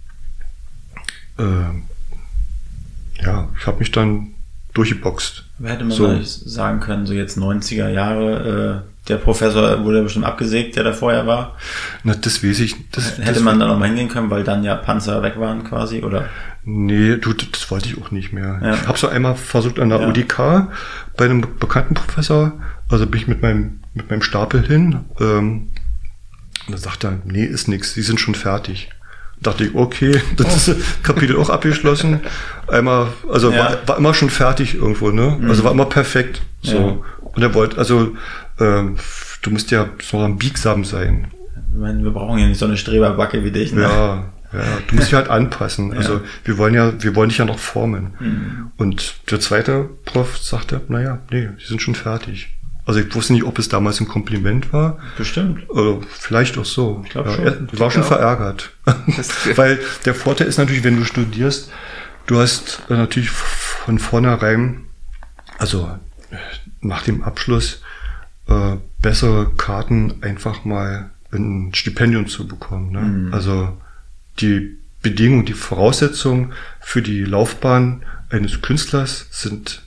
ich habe mich dann durchgeboxt. Aber hätte man so sagen können, so jetzt 90er Jahre, der Professor wurde bestimmt abgesägt, der da vorher war. Na, das weiß ich. Hätte man da noch mal hingehen können, weil dann ja Panzer weg waren quasi, oder? Nee, das wollte ich auch nicht mehr. Ja. Ich habe so einmal versucht an der UDK bei einem bekannten Professor, also bin ich mit meinem Stapel hin, und da sagt er, nee, ist nix, Sie sind schon fertig. Dachte ich, okay, das ist Kapitel auch abgeschlossen. Einmal, also war immer schon fertig irgendwo, ne? Also war immer perfekt. So. Ja. Und er wollte, also du musst ja so biegsam sein. Ich meine, wir brauchen ja nicht so eine Streberbacke wie dich, ne? Ja, du musst dich halt anpassen. Also wir wollen dich ja noch formen. Und der zweite Prof sagte, nee, die sind schon fertig. Also ich wusste nicht, ob es damals ein Kompliment war. Bestimmt. Vielleicht auch so. Ich glaube schon. Er war schon verärgert. Weil der Vorteil ist natürlich, wenn du studierst, du hast natürlich von vornherein, also nach dem Abschluss, bessere Karten, einfach mal ein Stipendium zu bekommen. Ne? Also die Bedingungen, die Voraussetzungen für die Laufbahn eines Künstlers sind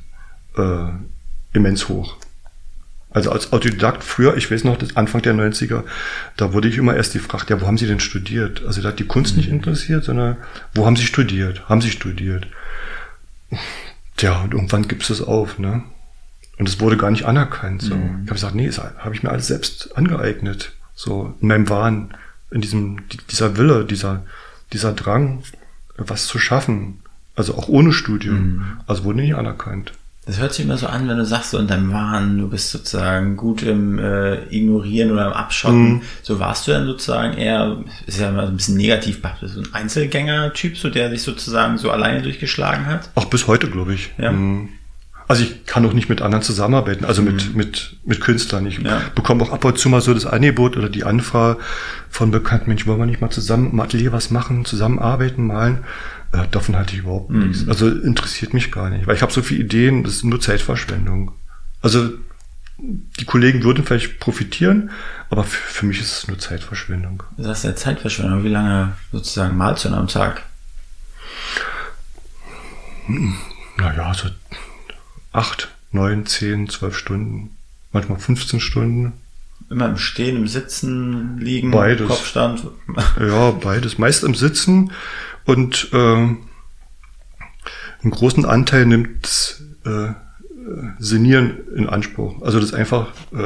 immens hoch. Also als Autodidakt früher, ich weiß noch, das Anfang der 90er, da wurde ich immer erst gefragt, wo haben Sie denn studiert? Also da hat die Kunst nicht interessiert, sondern wo haben Sie studiert? Haben Sie studiert? Tja, und irgendwann gibst du es auf, ne? Und es wurde gar nicht anerkannt. So. Ich habe gesagt, nee, das habe ich mir alles selbst angeeignet. So in meinem Wahn, in dieser Wille, dieser Drang, was zu schaffen. Also auch ohne Studium. Also wurde nicht anerkannt. Das hört sich immer so an, wenn du sagst, so in deinem Wahn, du bist sozusagen gut im Ignorieren oder im Abschotten. So warst du dann sozusagen eher, ist ja immer so ein bisschen negativ, so ein Einzelgänger-Typ, so der sich sozusagen so alleine durchgeschlagen hat? Auch bis heute, glaube ich. Ja. Also ich kann auch nicht mit anderen zusammenarbeiten, also mit Künstlern. Ich bekomme auch ab und zu mal so das Angebot oder die Anfrage von bekannten Menschen, wollen wir nicht mal zusammen im Atelier was machen, zusammenarbeiten, malen. Davon halte ich überhaupt nichts. Also interessiert mich gar nicht, weil ich habe so viele Ideen, das ist nur Zeitverschwendung. Also die Kollegen würden vielleicht profitieren, aber für mich ist es nur Zeitverschwendung. Das ist ja Zeitverschwendung. Wie lange sozusagen malst du denn am Tag? Naja, so 8, 9, 10, 12 Stunden, manchmal 15 Stunden. Immer im Stehen, im Sitzen, Liegen, beides. Kopfstand? Ja, beides. Meist im Sitzen und einen großen Anteil nimmt das Sinnieren in Anspruch. Also das einfach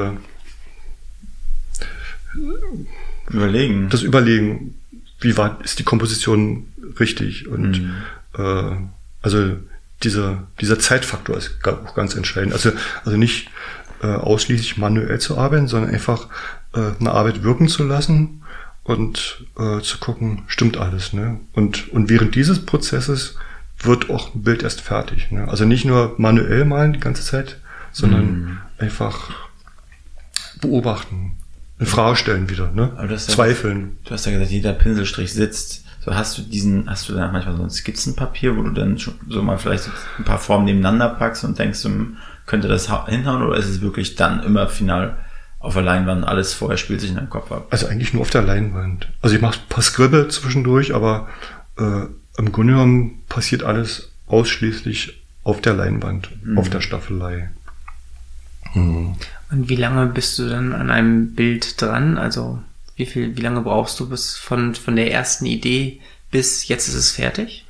Überlegen. Das Überlegen, wie war, ist die Komposition richtig und also dieser Zeitfaktor ist auch ganz entscheidend. Also nicht ausschließlich manuell zu arbeiten, sondern einfach eine Arbeit wirken zu lassen und zu gucken, stimmt alles, ne? Und während dieses Prozesses wird auch ein Bild erst fertig, ne? Also nicht nur manuell malen die ganze Zeit, sondern einfach beobachten, in Frage stellen wieder, ne? Zweifeln. Du hast ja gesagt, jeder Pinselstrich sitzt. So hast du da manchmal so ein Skizzenpapier, wo du dann schon so mal vielleicht ein paar Formen nebeneinander packst und denkst, könnte das hinhauen, oder ist es wirklich dann immer final auf der Leinwand, alles vorher spielt sich in deinem Kopf ab? Also eigentlich nur auf der Leinwand. Also ich mache ein paar Scribble zwischendurch, aber im Grunde genommen passiert alles ausschließlich auf der Leinwand, auf der Staffelei. Und wie lange bist du dann an einem Bild dran? Also wie lange brauchst du bis von der ersten Idee bis jetzt ist es fertig?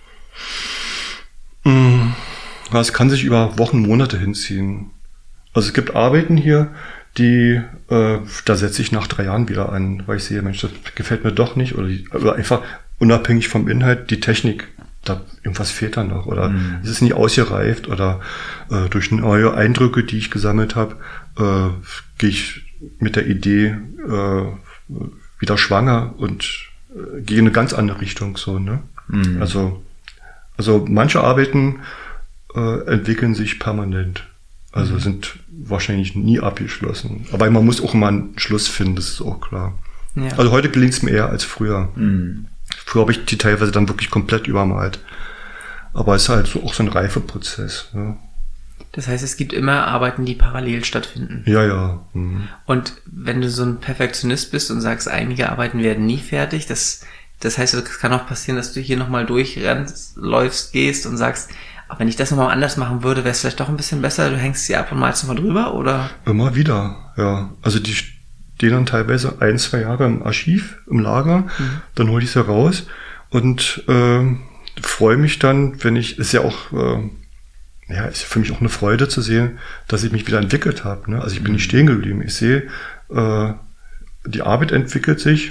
Es kann sich über Wochen, Monate hinziehen. Also es gibt Arbeiten hier, die da setze ich nach 3 Jahren wieder an, weil ich sehe, Mensch, das gefällt mir doch nicht, oder einfach unabhängig vom Inhalt, die Technik, da irgendwas fehlt da noch, oder es ist nicht ausgereift, oder durch neue Eindrücke, die ich gesammelt habe, gehe ich mit der Idee wieder schwanger und gehe in eine ganz andere Richtung, so, ne? Also manche Arbeiten entwickeln sich permanent. Also sind wahrscheinlich nie abgeschlossen. Aber man muss auch mal einen Schluss finden, das ist auch klar. Ja. Also heute gelingt es mir eher als früher. Früher habe ich die teilweise dann wirklich komplett übermalt. Aber es ist halt auch so ein Reifeprozess. Ja. Das heißt, es gibt immer Arbeiten, die parallel stattfinden. Ja. Und wenn du so ein Perfektionist bist und sagst, einige Arbeiten werden nie fertig, das heißt, es kann auch passieren, dass du hier nochmal durchrennst, läufst, gehst und sagst, aber wenn ich das nochmal anders machen würde, wäre es vielleicht doch ein bisschen besser, du hängst sie ab und malst nochmal drüber, oder? Immer wieder, ja. Also die stehen dann teilweise 1, 2 Jahre im Archiv, im Lager, dann hole ich sie raus und freue mich dann, ist ja für mich auch eine Freude zu sehen, dass ich mich wieder entwickelt habe, ne? Also ich bin nicht stehen geblieben. Ich sehe, die Arbeit entwickelt sich.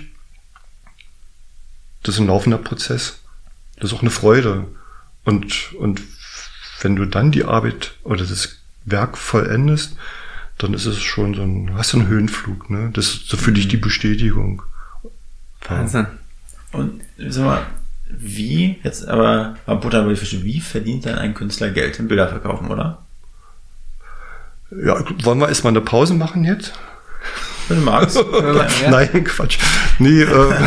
Das ist ein laufender Prozess. Das ist auch eine Freude. Und wenn du dann die Arbeit oder das Werk vollendest, dann ist es schon hast du einen Höhenflug, ne? Das ist so für dich die Bestätigung. Wahnsinn. Und sag mal, wie verdient dann ein Künstler Geld im Bilderverkaufen, oder? Ja, wollen wir erstmal eine Pause machen jetzt? Wenn du magst. Nein, Quatsch. Nee,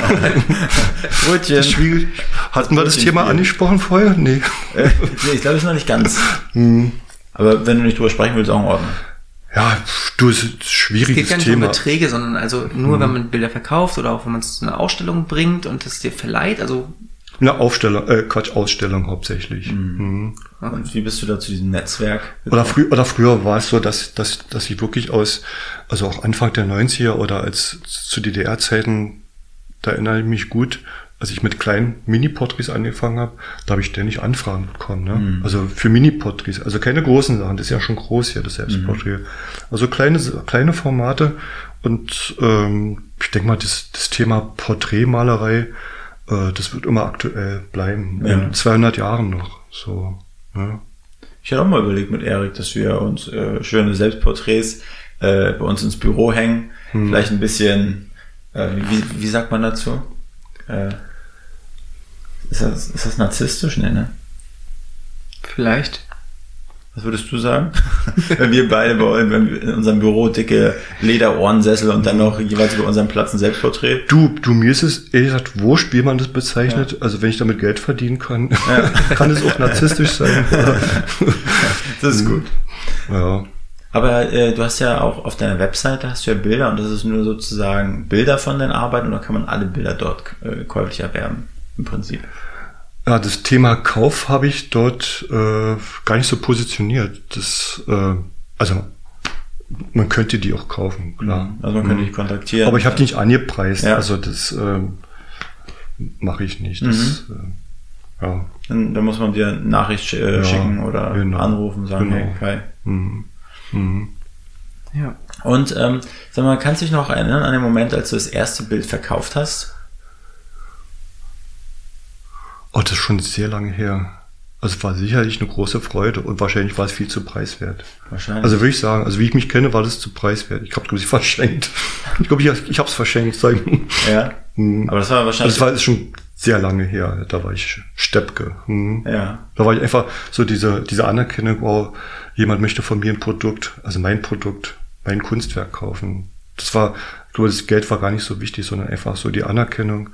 Brötchen. Hatten wir das Thema angesprochen vorher? Nee. Ich glaube, es ist noch nicht ganz. Aber wenn du nicht drüber sprechen willst, auch in Ordnung. Ja, es ist ein schwieriges Thema. Es geht gar nicht um Beträge, sondern also nur, wenn man Bilder verkauft oder auch wenn man es zu einer Ausstellung bringt und es dir verleiht, also... Ausstellung hauptsächlich. Und wie bist du da zu diesem Netzwerk gekommen? Oder früher war es so, dass ich wirklich also auch Anfang der 90er oder zu DDR-Zeiten, da erinnere ich mich gut, als ich mit kleinen Mini-Porträts angefangen habe, da habe ich ständig Anfragen bekommen, ne? Also für Mini-Porträts, also keine großen Sachen, das ist ja schon groß hier, das Selbstporträt. Also kleine Formate und ich denke mal, das Thema Porträtmalerei, das wird immer aktuell bleiben, in 200 Jahren noch, so, ne? Ich hatte auch mal überlegt mit Erik, dass wir uns schöne Selbstporträts bei uns ins Büro hängen, vielleicht ein bisschen, wie sagt man dazu? Ist das narzisstisch? Nee, ne? Vielleicht. Was würdest du sagen? Wenn wir beide wenn wir in unserem Büro dicke Lederohrensessel und dann noch jeweils über unseren Platz ein Selbstporträt. Du, mir ist es ehrlich gesagt wurscht, wie man das bezeichnet. Ja. Also wenn ich damit Geld verdienen kann, kann es auch narzisstisch sein. Das ist gut. Ja. Aber du hast ja auch auf deiner Webseite hast du ja Bilder und das ist nur sozusagen Bilder von deinen Arbeiten oder kann man alle Bilder dort käuflich erwerben im Prinzip? Ja, das Thema Kauf habe ich dort gar nicht so positioniert. Also man könnte die auch kaufen, klar. Also man könnte dich kontaktieren. Aber ich habe die nicht angepreist. Ja. Also das mache ich nicht. Das, ja. Dann muss man dir eine Nachricht schicken oder anrufen und sagen, hey Kai. Ja. Und sag mal, kannst du dich noch erinnern an den Moment, als du das erste Bild verkauft hast? Oh, das ist schon sehr lange her. Also es war sicherlich eine große Freude und wahrscheinlich war es viel zu preiswert. Wahrscheinlich. Also würde ich sagen, also wie ich mich kenne, war das zu preiswert. Ich glaube, ich verschenkt. Ich glaube, ich habe es verschenkt. Ja. Aber das war wahrscheinlich... Also das war schon sehr lange her. Da war ich Steppke. Ja. Da war ich einfach so diese Anerkennung, wow, jemand möchte von mir ein Produkt, also mein Produkt, mein Kunstwerk kaufen. Das war, ich glaube, das Geld war gar nicht so wichtig, sondern einfach so die Anerkennung,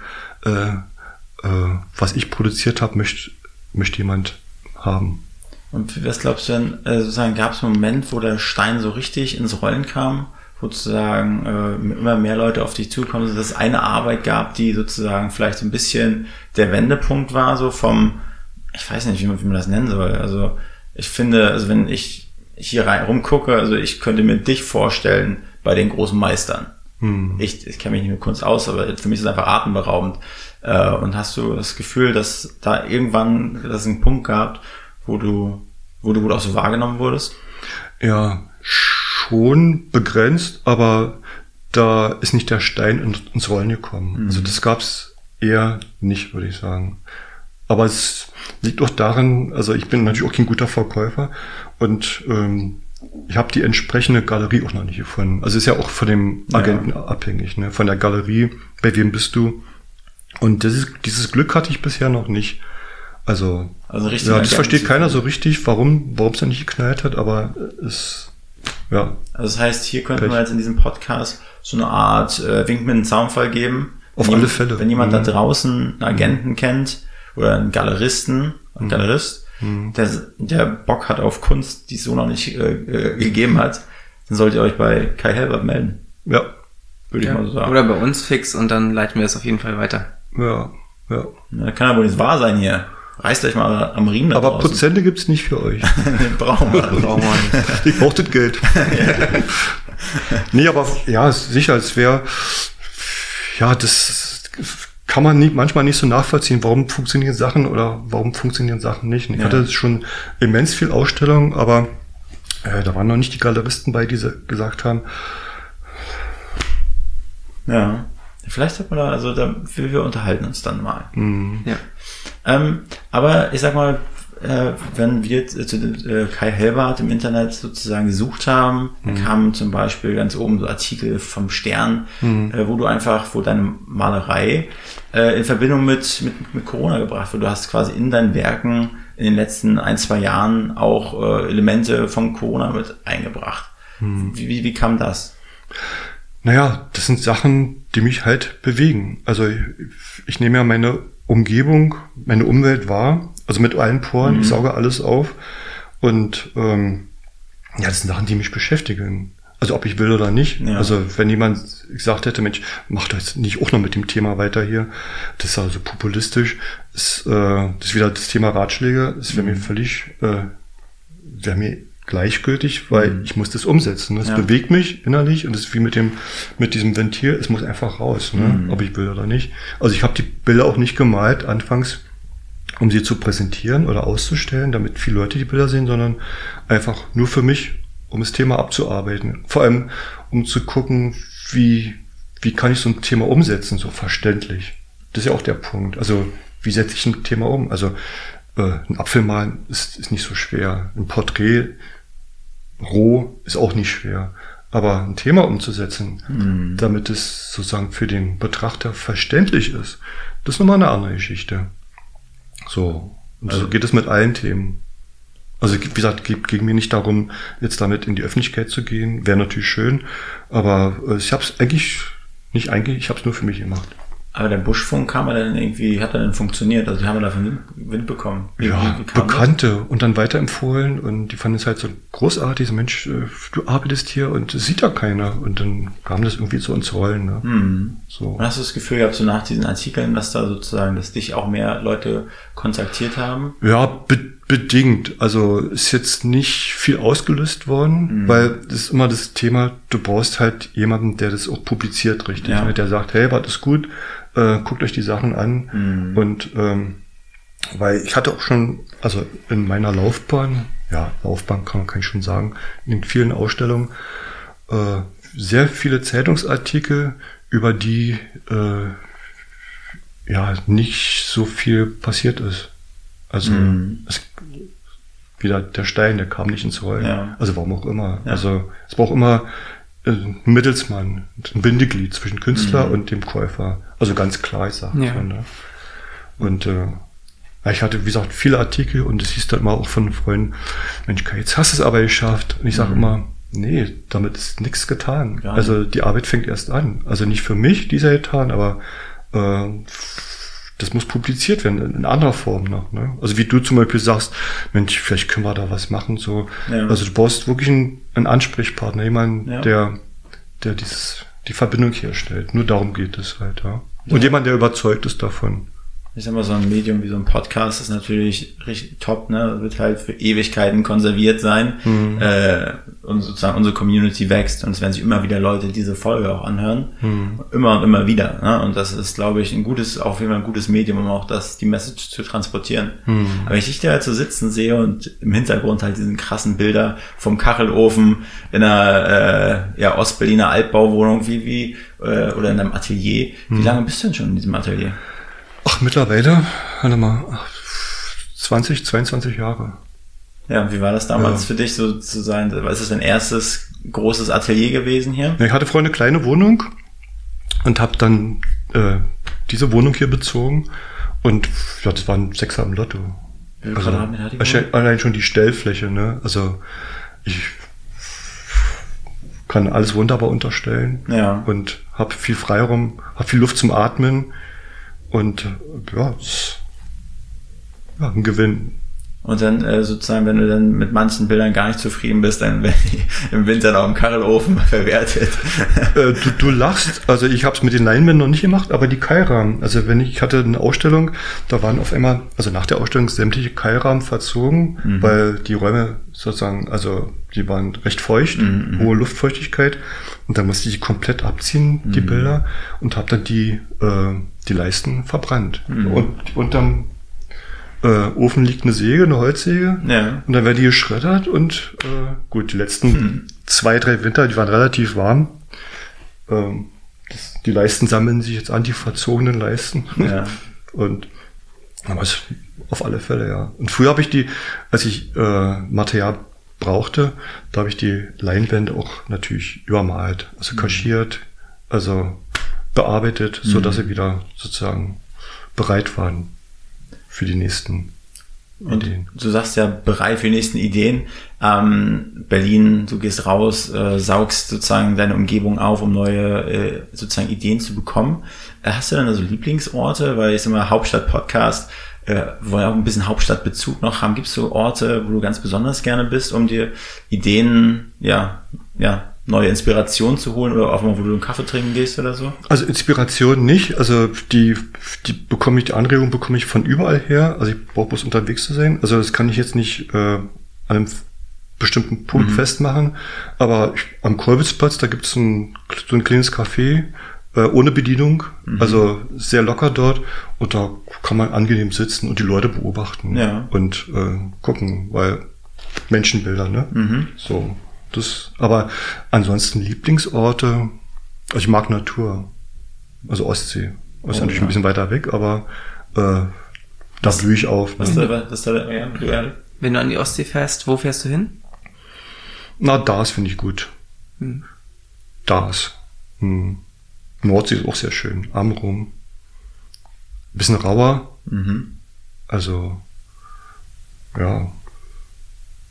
was ich produziert habe, möchte jemand haben. Und was glaubst du denn, sozusagen gab es einen Moment, wo der Stein so richtig ins Rollen kam, wo sozusagen immer mehr Leute auf dich zukommen, dass es eine Arbeit gab, die sozusagen vielleicht so ein bisschen der Wendepunkt war, so vom, ich weiß nicht, wie man das nennen soll. Also ich finde, also wenn ich hier rumgucke, also ich könnte mir dich vorstellen bei den großen Meistern. Ich kenne mich nicht mit Kunst aus, aber für mich ist es einfach atemberaubend. Und hast du das Gefühl, dass da irgendwann es einen Punkt gab, wo du auch so wahrgenommen wurdest? Ja, schon begrenzt, aber da ist nicht der Stein ins Rollen gekommen. Also das gab's eher nicht, würde ich sagen. Aber es liegt auch daran, also ich bin natürlich auch kein guter Verkäufer und ich habe die entsprechende Galerie auch noch nicht gefunden. Also ist ja auch von dem Agenten abhängig, ne? Von der Galerie, bei wem bist du? Und dieses Glück hatte ich bisher noch nicht. Also richtig. Ja, das versteht keiner so richtig, warum es dann nicht geknallt hat, aber es, ja. Also das heißt, hier könnten wir jetzt in diesem Podcast so eine Art Wink mit einem Zaunfall geben. Auf alle Fälle. Wenn jemand da draußen einen Agenten kennt oder einen Galeristen, einen Galerist, der Bock hat auf Kunst, die es so noch nicht gegeben hat, dann solltet ihr euch bei Kai Helbert melden. Ja. Würde ich mal so sagen. Oder bei uns fix und dann leiten wir es auf jeden Fall weiter. Ja. Das kann aber nicht wahr sein hier. Reißt euch mal am Riemen da aber draußen. Prozente gibt's nicht für euch. Den brauchen wir nicht. Ich brauche das Geld. Nee, aber ja, sicher, es wäre, ja, das kann man manchmal nicht so nachvollziehen, warum funktionieren Sachen oder warum funktionieren Sachen nicht. Ich hatte schon immens viel Ausstellungen, aber da waren noch nicht die Galeristen bei, die gesagt haben. Ja, vielleicht hat man da, also wir unterhalten uns dann mal. Ja. Aber ich sag mal, wenn wir zu Kai Helbert im Internet sozusagen gesucht haben, dann kamen zum Beispiel ganz oben so Artikel vom Stern, wo deine Malerei in Verbindung mit Corona gebracht wird. Du hast quasi in deinen Werken in den letzten 1-2 Jahren auch Elemente von Corona mit eingebracht. Wie kam das? Naja, das sind Sachen, die mich halt bewegen. Also ich nehme ja meine Umgebung, meine Umwelt wahr, also mit allen Poren, ich sauge alles auf und das sind Sachen, die mich beschäftigen. Also ob ich will oder nicht. Ja. Also wenn jemand gesagt hätte, Mensch, mach doch jetzt nicht auch noch mit dem Thema weiter hier, das ist also populistisch, das ist wieder das Thema Ratschläge, das wäre mir völlig, wäre mir gleichgültig, weil ich muss das umsetzen. Das bewegt mich innerlich und das ist wie mit diesem Ventil, es muss einfach raus, ne? Ob ich will oder nicht. Also ich habe die Bilder auch nicht gemalt anfangs, um sie zu präsentieren oder auszustellen, damit viele Leute die Bilder sehen, sondern einfach nur für mich, um das Thema abzuarbeiten. Vor allem, um zu gucken, wie kann ich so ein Thema umsetzen, so verständlich. Das ist ja auch der Punkt. Also wie setze ich ein Thema um? Also ein Apfel malen ist nicht so schwer. Ein Porträt roh ist auch nicht schwer. Aber ein Thema umzusetzen, damit es sozusagen für den Betrachter verständlich ist, das ist nochmal eine andere Geschichte. So. Und so geht es mit allen Themen. Also wie gesagt, ging mir nicht darum, jetzt damit in die Öffentlichkeit zu gehen. Wäre natürlich schön, aber ich habe es ich habe es nur für mich gemacht. Aber der Buschfunk hat er dann funktioniert? Also die haben davon Wind bekommen? Wie Bekannte das? Und dann weiterempfohlen und die fanden es halt so großartig. So, Mensch, du arbeitest hier und es sieht ja keiner. Und dann kam das irgendwie so ins Rollen. Ne? So. Und hast du das Gefühl gehabt, so nach diesen Artikeln, dass dich auch mehr Leute kontaktiert haben? Ja, bedingt. Also ist jetzt nicht viel ausgelöst worden, weil das ist immer das Thema, du brauchst halt jemanden, der das auch publiziert, richtig. Ja. Der sagt, hey, war das gut, guckt euch die Sachen an. Und weil ich hatte auch schon, also in meiner Laufbahn kann ich schon sagen, in vielen Ausstellungen sehr viele Zeitungsartikel, über die nicht so viel passiert ist. Also wieder der Stein, der kam nicht ins Rollen. Ja. Also warum auch immer. Ja. Also es braucht immer ein Mittelsmann, ein Bindeglied zwischen Künstler und dem Käufer. Also ganz klar, ich sage. Ja. Ne? Und ich hatte, wie gesagt, viele Artikel und es hieß dann immer auch von Freunden, Mensch, Kai, jetzt hast du es aber geschafft. Und ich sage immer, nee, damit ist nichts getan. Also die Arbeit fängt erst an. Also nicht für mich, die ist ja getan, aber das muss publiziert werden, in anderer Form noch. Ne? Also wie du zum Beispiel sagst, Mensch, vielleicht können wir da was machen. So. Ja. Also du brauchst wirklich einen Ansprechpartner, jemanden, der die Verbindung herstellt. Nur darum geht es halt. Ja. Und jemand, der überzeugt ist davon. Ich sag mal, so ein Medium wie so ein Podcast ist natürlich richtig top, ne? Wird halt für Ewigkeiten konserviert sein. Und sozusagen unsere Community wächst und es werden sich immer wieder Leute diese Folge auch anhören. Immer und immer wieder. Ne? Und das ist, glaube ich, auf jeden Fall ein gutes Medium, um auch die Message zu transportieren. Aber wenn ich dich da halt so sitzen sehe und im Hintergrund halt diesen krassen Bilder vom Kachelofen in einer Ostberliner Altbauwohnung oder in einem Atelier. Wie lange bist du denn schon in diesem Atelier? Ach, mittlerweile, 22 Jahre. Ja, und wie war das damals für dich, so zu sein? Ist das dein erstes großes Atelier gewesen hier? Ja, ich hatte vorher eine kleine Wohnung und habe dann diese Wohnung hier bezogen und das waren 6er im Lotto. Wie viel Quadratmeter hat die Wohnung? Allein schon die Stellfläche, ne? Also ich kann alles wunderbar unterstellen und habe viel Freiraum, habe viel Luft zum Atmen. Und ein Gewinn. Und dann sozusagen, wenn du dann mit manchen Bildern gar nicht zufrieden bist, dann werden die im Winter noch im Kachelofen verwertet. Du lachst, also ich habe es mit den Leinwänden noch nicht gemacht, aber die Keilrahmen, also ich hatte eine Ausstellung, da waren auf einmal, also nach der Ausstellung sämtliche Keilrahmen verzogen, weil die Räume sozusagen, also die waren recht feucht, hohe Luftfeuchtigkeit und dann musste ich komplett abziehen, die Bilder, und habe dann die Leisten verbrannt. Und unterm Ofen liegt eine Säge, eine Holzsäge. Ja. Und dann werden die geschreddert und gut, die letzten 2-3 Winter, die waren relativ warm. Die Leisten sammeln sich jetzt an, die verzogenen Leisten. Ja. Aber auf alle Fälle, ja. Und früher habe ich als ich Material brauchte, da habe ich die Leinwände auch natürlich übermalt, also kaschiert, also bearbeitet, so dass sie wieder sozusagen bereit waren für die nächsten Ideen. Du sagst ja, bereit für die nächsten Ideen. Berlin, du gehst raus, saugst sozusagen deine Umgebung auf, um neue sozusagen Ideen zu bekommen. Hast du dann also Lieblingsorte? Weil ich sag mal, Hauptstadt-Podcast, wo wir auch ein bisschen Hauptstadtbezug noch haben. Gibt es so Orte, wo du ganz besonders gerne bist, um dir Ideen, neue Inspiration zu holen oder auch mal, wo du einen Kaffee trinken gehst oder so? Also Inspiration nicht, also die Anregung bekomme ich von überall her, also ich brauche bloß unterwegs zu sein, also das kann ich jetzt nicht an einem bestimmten Punkt festmachen, aber am Kolbitzplatz, da gibt es so ein kleines Café, ohne Bedienung, also sehr locker dort und da kann man angenehm sitzen und die Leute beobachten und gucken, weil Menschenbilder, ne? So. Aber ansonsten Lieblingsorte, also ich mag Natur, also Ostsee. Das ist natürlich ein bisschen weiter weg, aber da blühe ich auf. Wenn du an die Ostsee fährst, wo fährst du hin? Na, das finde ich gut. Das. Nordsee ist auch sehr schön. Amrum. Bisschen rauer. Also, ja.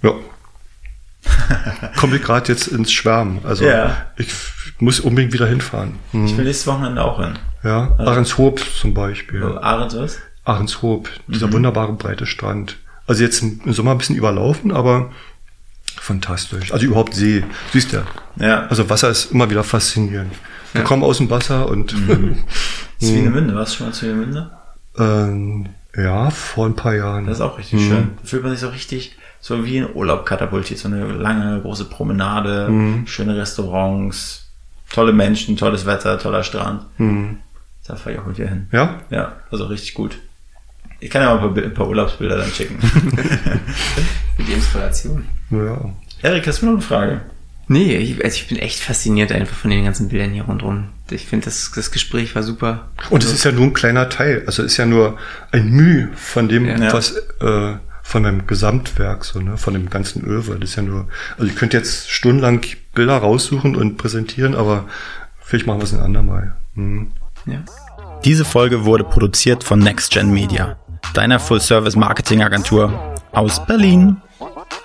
Ja. Komme ich gerade jetzt ins Schwärmen. Also ich muss unbedingt wieder hinfahren. Ich will nächstes Wochenende auch hin. Ja, Ahrenshoop zum Beispiel. Ahrens was? Ahrenshoop, dieser wunderbare breite Strand. Also jetzt im Sommer ein bisschen überlaufen, aber fantastisch. Also überhaupt See, siehst du. Ja. Also Wasser ist immer wieder faszinierend. Wir kommen aus dem Wasser und... Swinemünde, warst du schon mal Swinemünde? Ja, vor ein paar Jahren. Das ist auch richtig schön. Da fühlt man sich so richtig so wie in Urlaub katapultiert. So eine lange, große Promenade, schöne Restaurants, tolle Menschen, tolles Wetter, toller Strand. Da fahre ich auch mit dir hin. Ja? Ja, also richtig gut. Ich kann ja mal ein paar Urlaubsbilder dann schicken. Für die Inspiration. Ja. Erik, hast du noch eine Frage? Nee, ich bin echt fasziniert einfach von den ganzen Bildern hier rundherum. Ich finde, das Gespräch war super. Und es ist ja nur ein kleiner Teil. Also es ist ja nur ein Mühe von dem, was von meinem Gesamtwerk, so, ne, von dem ganzen Öwe. Das ist ja nur, also ich könnte jetzt stundenlang Bilder raussuchen und präsentieren, aber vielleicht machen wir es ein andermal. Ja. Diese Folge wurde produziert von NextGen Media, deiner Full-Service-Marketing-Agentur aus Berlin.